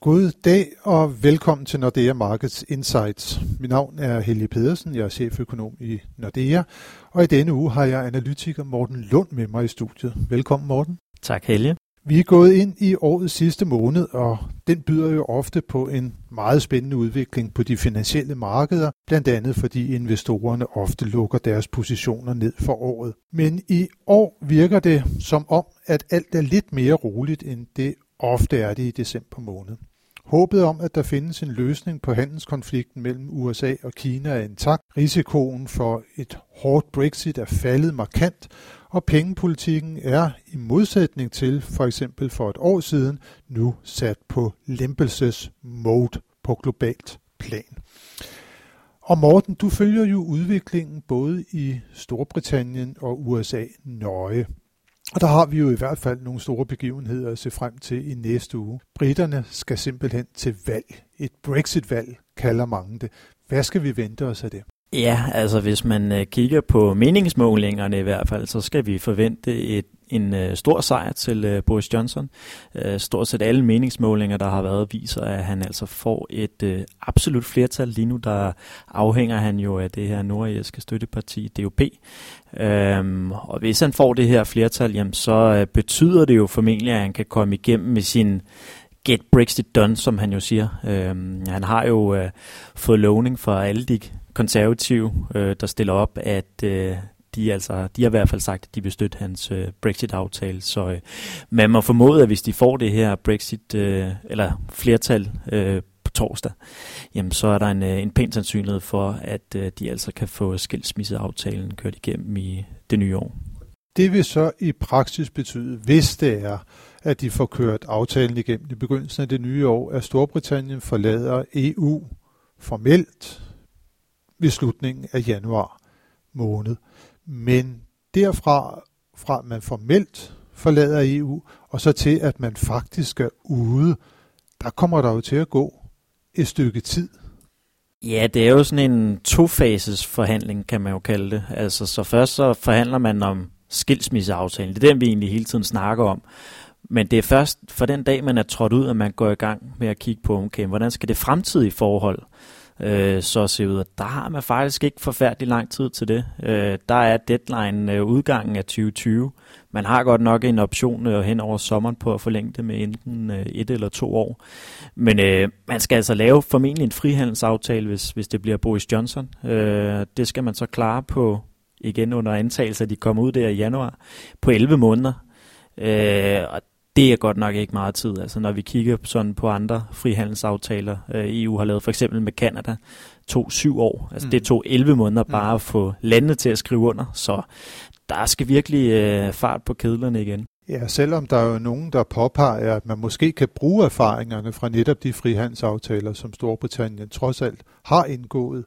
God dag og velkommen til Nordea Markets Insights. Mit navn er Helge Pedersen, jeg er cheføkonom i Nordea, og i denne uge har jeg analytiker Morten Lund med mig i studiet. Velkommen Morten. Tak Helge. Vi er gået ind i årets sidste måned, og den byder jo ofte på en meget spændende udvikling på de finansielle markeder, blandt andet fordi investorerne ofte lukker deres positioner ned for året. Men i år virker det som om, at alt er lidt mere roligt, end det ofte er det i december måned. Håbet om, at der findes en løsning på handelskonflikten mellem USA og Kina er intakt. Risikoen for et hårdt Brexit er faldet markant, og pengepolitikken er i modsætning til for eksempel for et år siden nu sat på lempelsesmode på globalt plan. Og Morten, du følger jo udviklingen både i Storbritannien og USA nøje. Og der har vi jo i hvert fald nogle store begivenheder at se frem til i næste uge. Briterne skal simpelthen til valg. Et Brexit-valg kalder mange det. Hvad skal vi vente os af det? Ja, altså hvis man kigger på meningsmålingerne i hvert fald, så skal vi forvente en stor sejr til Boris Johnson. Stort set alle meningsmålinger, der har været, viser, at han altså får et absolut flertal. Lige nu der afhænger han jo af det her nordirske støtteparti, DUP. Og hvis han får det her flertal, jamen, så betyder det jo formentlig, at han kan komme igennem med sin Get Brexit Done, som han jo siger. Han har jo fået lovning fra alle de konservative, der stiller op, at de har i hvert fald sagt, at de vil støtte hans Brexit-aftale. Så man må formode, at hvis de får det her Brexit eller flertal på torsdag, jamen så er der en pæn sandsynlighed for, at de altså kan få skilsmisseaftalen kørt igennem i det nye år. Det vil så i praksis betyde, hvis det er, at de får kørt aftalen igennem i begyndelsen af det nye år, at Storbritannien forlader EU formelt ved slutningen af januar måned. Men derfra man formelt forlader EU, og så til at man faktisk er ude, der kommer der jo til at gå et stykke tid. Ja, det er jo sådan en tofases forhandling, kan man jo kalde det. Altså, så først så forhandler man om skilsmisseaftalen. Det er den, vi egentlig hele tiden snakker om. Men det er først for den dag, man er trådt ud, at man går i gang med at kigge på, okay, hvordan skal det fremtidige forhold så se ud. Der har man faktisk ikke forfærdelig lang tid til det. Der er deadline udgangen af 2020. Man har godt nok en option hen over sommeren på at forlænge det med enten 1 eller 2 år. Men man skal altså lave formentlig en frihandelsaftale, hvis det bliver Boris Johnson. Det skal man så klare på, igen under antagelse, at de kommer ud der i januar, på 11 måneder. Og det er godt nok ikke meget tid. Altså når vi kigger sådan på andre frihandelsaftaler, EU har lavet for eksempel med Canada, tog 7 år. Altså det tog 11 måneder bare at få landene til at skrive under. Så der skal virkelig fart på kedlerne igen. Ja, selvom der er jo nogen, der påpeger, at man måske kan bruge erfaringerne fra netop de frihandelsaftaler, som Storbritannien trods alt har indgået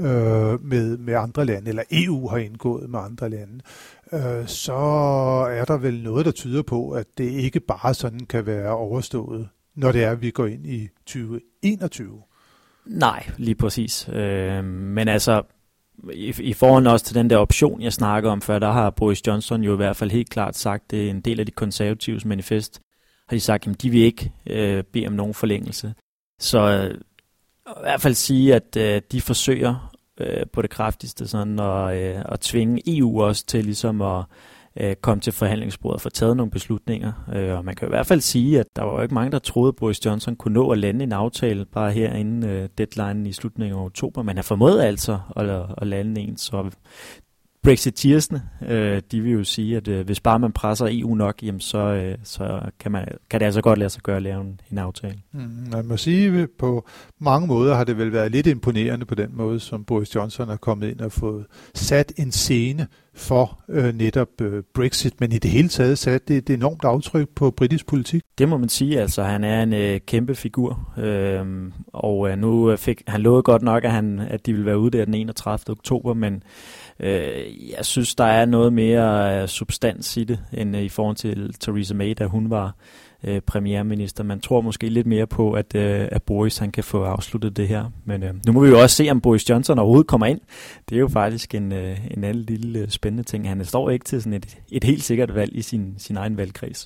med andre lande, eller EU har indgået med andre lande, så er der vel noget, der tyder på, at det ikke bare sådan kan være overstået, når det er, at vi går ind i 2021. Nej, lige præcis. Men altså, i forhold også til den der option, jeg snakker om før, der har Boris Johnson jo i hvert fald helt klart sagt, det er en del af de konservatives manifest, har de sagt, at de vil ikke bede om nogen forlængelse. Så i hvert fald sige, at de forsøger på det kraftigste sådan at tvinge EU også til ligesom at komme til forhandlingsbordet og få taget nogle beslutninger. Og man kan i hvert fald sige, at der var jo ikke mange, der troede, at Boris Johnson kunne nå at lande en aftale bare her inden deadline i slutningen af oktober. Men han formåede altså at lande en, så Brexiteersne, de vil jo sige, at hvis bare man presser EU nok, jamen så kan det altså godt lade sig gøre at lave en aftale. Man må sige, at på mange måder har det vel været lidt imponerende på den måde, som Boris Johnson er kommet ind og fået sat en scene for netop Brexit, men i det hele taget sat det et enormt aftryk på britisk politik. Det må man sige, altså han er en kæmpe figur, og nu fik han lovet godt nok, at de ville være ude der den 31. oktober, men jeg synes, der er noget mere substans i det, end i forhold til Theresa May, da hun var premierminister. Man tror måske lidt mere på, at Boris han kan få afsluttet det her. Men nu må vi jo også se, om Boris Johnson overhovedet kommer ind. Det er jo faktisk en anden lille spændende ting. Han står ikke til sådan et helt sikkert valg i sin egen valgkreds.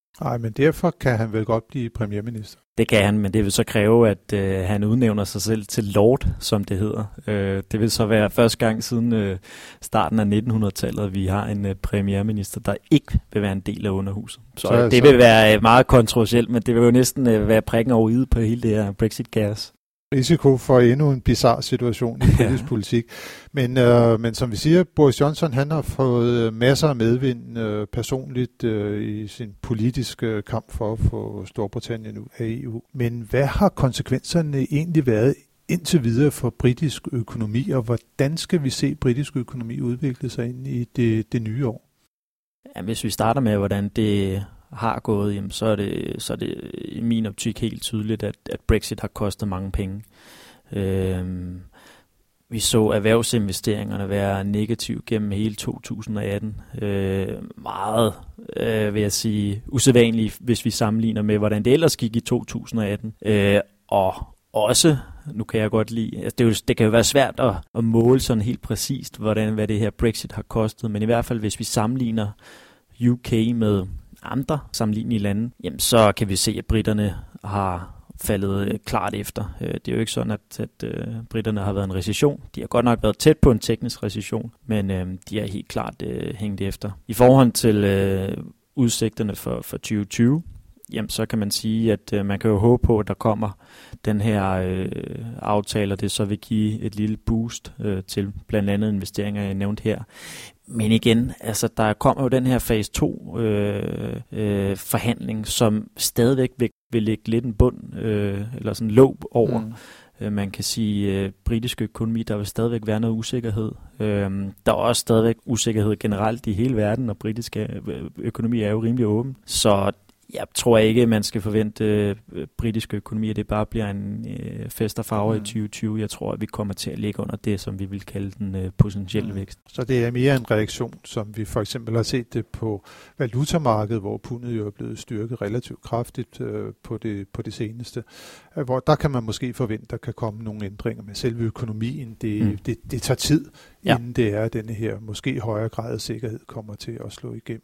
Nej, men derfor kan han vel godt blive premierminister. Det kan han, men det vil så kræve, at han udnævner sig selv til Lord, som det hedder. Det vil så være første gang siden starten af 1900-tallet, at vi har en premierminister, der ikke vil være en del af underhuset. Så det vil være meget kontroversielt, men det vil jo næsten være prikken over i på hele det her Brexit-kaos. Risiko for endnu en bizarre situation i politisk politik. Men som vi siger, Boris Johnson han har fået masser af medvind personligt i sin politiske kamp for at få Storbritannien ud af EU. Men hvad har konsekvenserne egentlig været indtil videre for britisk økonomi, og hvordan skal vi se britisk økonomi udvikle sig ind i det nye år? Ja, hvis vi starter med, hvordan det har gået, jamen, så er det i min optik helt tydeligt, at Brexit har kostet mange penge. Vi så erhvervsinvesteringerne være negativ gennem hele 2018. Meget, vil jeg sige, usædvanligt, hvis vi sammenligner med, hvordan det ellers gik i 2018. Og også, nu kan jeg godt lide, altså det kan jo være svært at måle sådan helt præcist, hvad det her Brexit har kostet, men i hvert fald, hvis vi sammenligner UK med andre sammenlignelige lande, jamen så kan vi se, at briterne har faldet klart efter. Det er jo ikke sådan, at briterne har været en recession. De har godt nok været tæt på en teknisk recession, men de er helt klart hængt efter. I forhold til udsigterne for 2020, jamen så kan man sige, at man kan jo håbe på, at der kommer den her aftale, og det så vil give et lille boost til blandt andet investeringer, jeg nævnte her. Men igen, altså der kommer jo den her fase 2 forhandling, som stadigvæk vil lægge lidt en bund, eller sådan låg over. Man kan sige, britisk økonomi, der vil stadigvæk være noget usikkerhed. Der er også stadigvæk usikkerhed generelt i hele verden, og britisk økonomi er jo rimelig åben. Så jeg tror ikke, man skal forvente britisk økonomi, at det bare bliver en fest og farver i 2020. Jeg tror, at vi kommer til at ligge under det, som vi vil kalde den potentielle vækst. Så det er mere en reaktion, som vi for eksempel har set det på valutamarkedet, hvor pundet jo er blevet styrket relativt kraftigt på det seneste. Hvor der kan man måske forvente, at der kan komme nogle ændringer med selve økonomien. Det tager tid, inden det er denne her måske højere grad af sikkerhed kommer til at slå igennem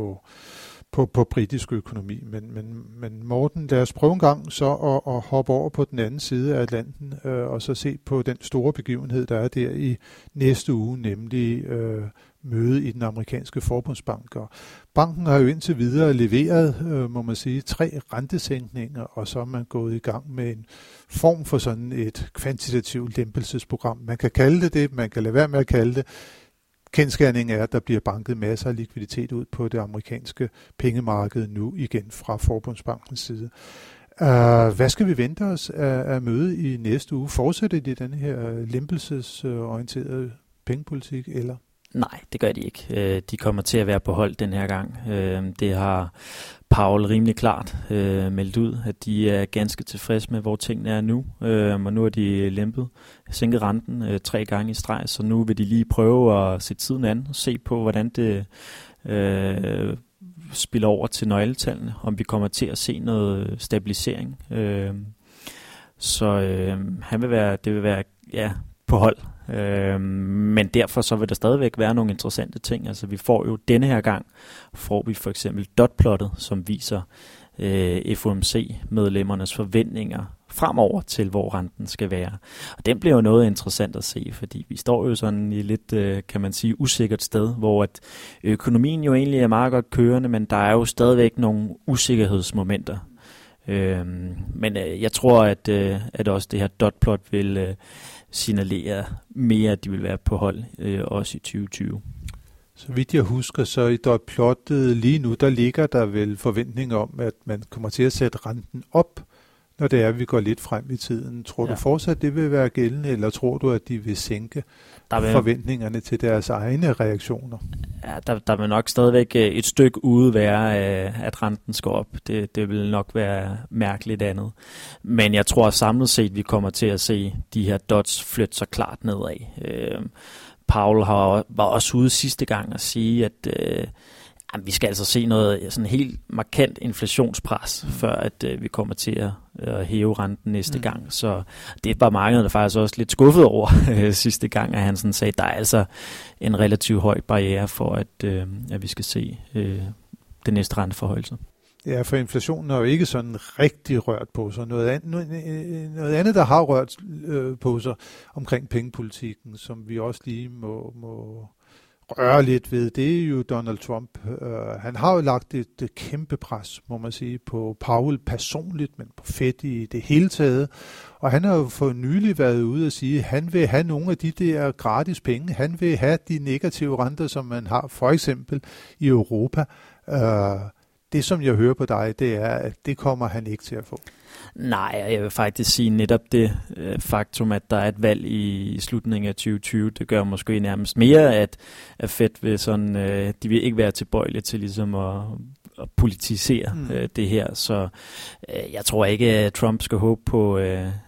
på britisk økonomi. Men Morten, lad os prøve en gang så at hoppe over på den anden side af Atlanten og så se på den store begivenhed, der er der i næste uge, nemlig møde i den amerikanske forbundsbank. Og banken har jo indtil videre leveret, må man sige, 3 rentesænkninger, og så er man gået i gang med en form for sådan et kvantitativt lempelsesprogram. Man kan kalde det, man kan lade være med at kalde det. Kendsgerningen er, at der bliver banket masser af likviditet ud på det amerikanske pengemarked nu igen fra Forbundsbankens side. Hvad skal vi vente os af møde i næste uge? Fortsætter de den her lempelsesorienterede pengepolitik, eller? Nej, det gør de ikke. De kommer til at være på hold den her gang. Det har Powell rimelig klart meldt ud, at de er ganske tilfredse med, hvor tingene er nu. Og nu er de sænket renten 3 gange i streg, så nu vil de lige prøve at se tiden an og se på, hvordan det spiller over til nøgletallene, om vi kommer til at se noget stabilisering. Det vil være på hold. Men derfor så vil der stadigvæk være nogle interessante ting. Altså vi får jo denne her gang, får vi for eksempel dotplottet, som viser FOMC-medlemmernes forventninger fremover til, hvor renten skal være. Og den bliver jo noget interessant at se, fordi vi står jo sådan i lidt, kan man sige, usikkert sted, hvor at økonomien jo egentlig er meget godt kørende, men der er jo stadigvæk nogle usikkerhedsmomenter. Men jeg tror, at også det her dotplot vil signalere mere, at de vil være på hold også i 2020. Så vidt jeg husker, så i dotplottet lige nu, der ligger der vel forventninger om, at man kommer til at sætte renten op, når det er, at vi går lidt frem i tiden. Tror du fortsat, det vil være gældende, eller tror du, at de vil sænke forventningerne til deres egne reaktioner? Ja, der vil nok stadigvæk et stykke ude være, at renten skal op. Det vil nok være mærkeligt andet. Men jeg tror samlet set, vi kommer til at se de her dots flytte sig klart nedad. Powell var også ude sidste gang at sige, at vi skal altså se noget sådan helt markant inflationspres, før at vi kommer til at hæve renten næste gang. Så det var markedet faktisk også lidt skuffet over sidste gang, at han sådan sagde, at der er altså en relativt høj barriere for, at vi skal se den næste renteforhøjelse. Ja, for inflationen har jo ikke sådan rigtig rørt på sig. Noget andet der har rørt på sig omkring pengepolitikken, som vi også lige må røre lidt ved, det er jo Donald Trump. Han har jo lagt et kæmpe pres, må man sige, på Powell personligt, men på Fed i det hele taget. Og han har jo for nylig været ude og sige, at han vil have nogle af de der gratis penge. Han vil have de negative renter, som man har for eksempel i Europa. Det, som jeg hører på dig, det er, at det kommer han ikke til at få. Nej, jeg vil faktisk sige netop det faktum, at der er et valg i slutningen af 2020, det gør måske nærmest mere, at Fed vil sådan, de vil ikke være tilbøjelige til ligesom at politisere det her. Så jeg tror ikke, at Trump skal håbe på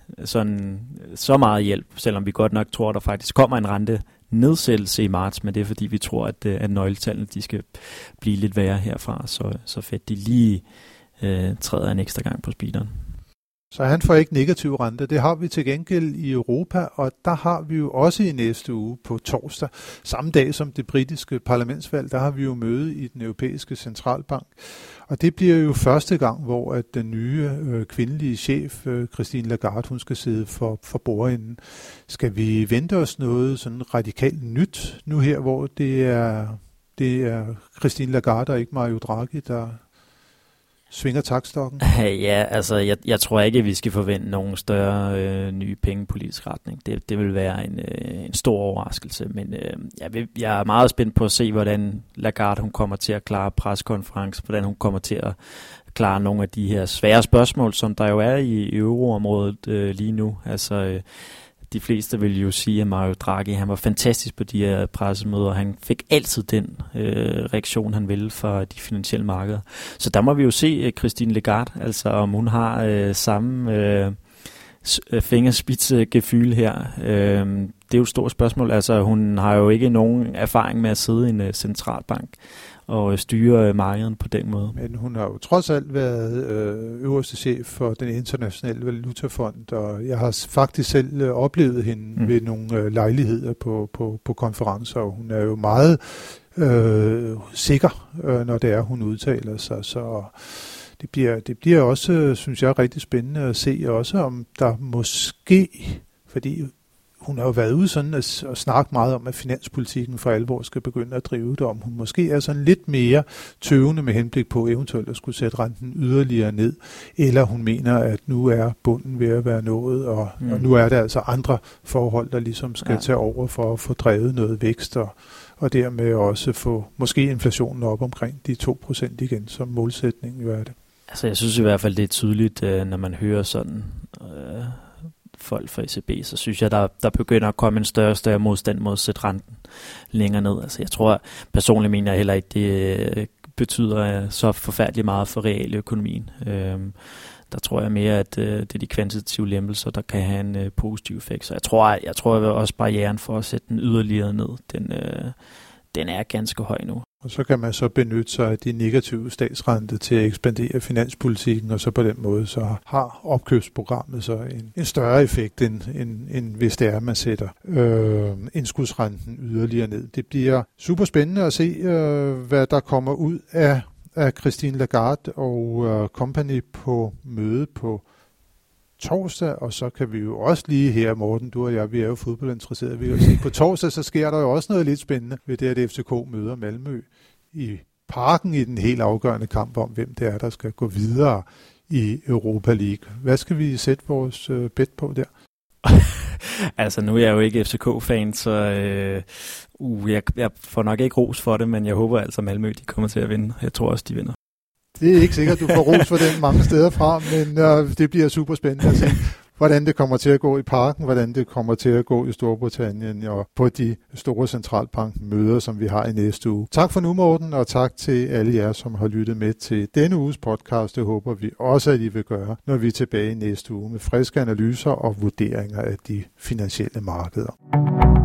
så meget hjælp, selvom vi godt nok tror, at der faktisk kommer en rente nedsættelse i marts, men det er fordi, vi tror, at nøgletallene de skal blive lidt værre herfra, så Fed de lige træder en ekstra gang på speederen. Så han får ikke negativ rente. Det har vi til gengæld i Europa, og der har vi jo også i næste uge på torsdag, samme dag som det britiske parlamentsvalg, der har vi jo møde i den europæiske centralbank. Og det bliver jo første gang, hvor at den nye kvindelige chef, Christine Lagarde, hun skal sidde for bordenden. Skal vi vente os noget sådan radikalt nyt nu her, hvor det er Christine Lagarde og ikke Mario Draghi, der svinger taktstokken? Ja, altså jeg tror ikke, at vi skal forvente nogen større nye pengepolitisk retning. Det vil være en stor overraskelse, men jeg er meget spændt på at se, hvordan Lagarde hun kommer til at klare preskonference, hvordan hun kommer til at klare nogle af de her svære spørgsmål, som der jo er i euroområdet lige nu. Altså de fleste vil jo sige, at Mario Draghi han var fantastisk på de her pressemøder. Han fik altid den reaktion, han ville fra de finansielle markeder. Så der må vi jo se Christine Lagarde, altså om hun har samme fingerspidsgefühl her. Det er jo et stort spørgsmål. Altså hun har jo ikke nogen erfaring med at sidde i en centralbank og styre markedet på den måde. Men hun har jo trods alt været øverste chef for den internationale valutafond, og jeg har faktisk selv oplevet hende ved nogle lejligheder på konferencer, og hun er jo meget sikker, når det er, hun udtaler sig. Så det bliver også, synes jeg, rigtig spændende at se også, om der måske, fordi hun har jo været ude sådan at snakke meget om, at finanspolitikken for alvor skal begynde at drive det, om hun måske er sådan lidt mere tøvende med henblik på eventuelt at skulle sætte renten yderligere ned, eller hun mener, at nu er bunden ved at være nået, og nu er der altså andre forhold, der ligesom skal tage over for at få drevet noget vækst, og dermed også få måske inflationen op omkring de 2% igen, som målsætningen jo er det. Altså jeg synes i hvert fald, det er tydeligt, når man hører sådan folk fra ECB, så synes jeg, der begynder at komme en større modstand mod at sætte renten længere ned. Altså jeg tror, personligt mener jeg heller ikke, det betyder så forfærdeligt meget for realøkonomien. Der tror jeg mere, at det er de kvantitative lempelser, der kan have en positiv effekt. Så jeg tror også barrieren for at sætte den yderligere ned, den er ganske høj nu. Og så kan man så benytte sig af de negative statsrente til at ekspandere finanspolitikken, og så på den måde så har opkøbsprogrammet så en større effekt, end hvis det er, at man sætter indskudsrenten yderligere ned. Det bliver super spændende at se, hvad der kommer ud af Christine Lagarde og company på møde på torsdag, og så kan vi jo også lige her, Morten, du og jeg, vi er jo fodboldinteresserede, vi kan jo sige, på torsdag, så sker der jo også noget lidt spændende ved det, at FCK møder Malmø i Parken i den helt afgørende kamp om, hvem det er, der skal gå videre i Europa League. Hvad skal vi sætte vores bet på der? Altså, nu er jeg jo ikke FCK-fan, så jeg får nok ikke ros for det, men jeg håber altså, Malmø de kommer til at vinde. Jeg tror også, de vinder. Det er ikke sikkert, du får ros for den mange steder fra, men det bliver super spændende at se, hvordan det kommer til at gå i Parken, hvordan det kommer til at gå i Storbritannien og på de store centralbankmøder, som vi har i næste uge. Tak for nu, Morten, og tak til alle jer, som har lyttet med til denne uges podcast. Det håber vi også, at I vil gøre, når vi er tilbage i næste uge med friske analyser og vurderinger af de finansielle markeder.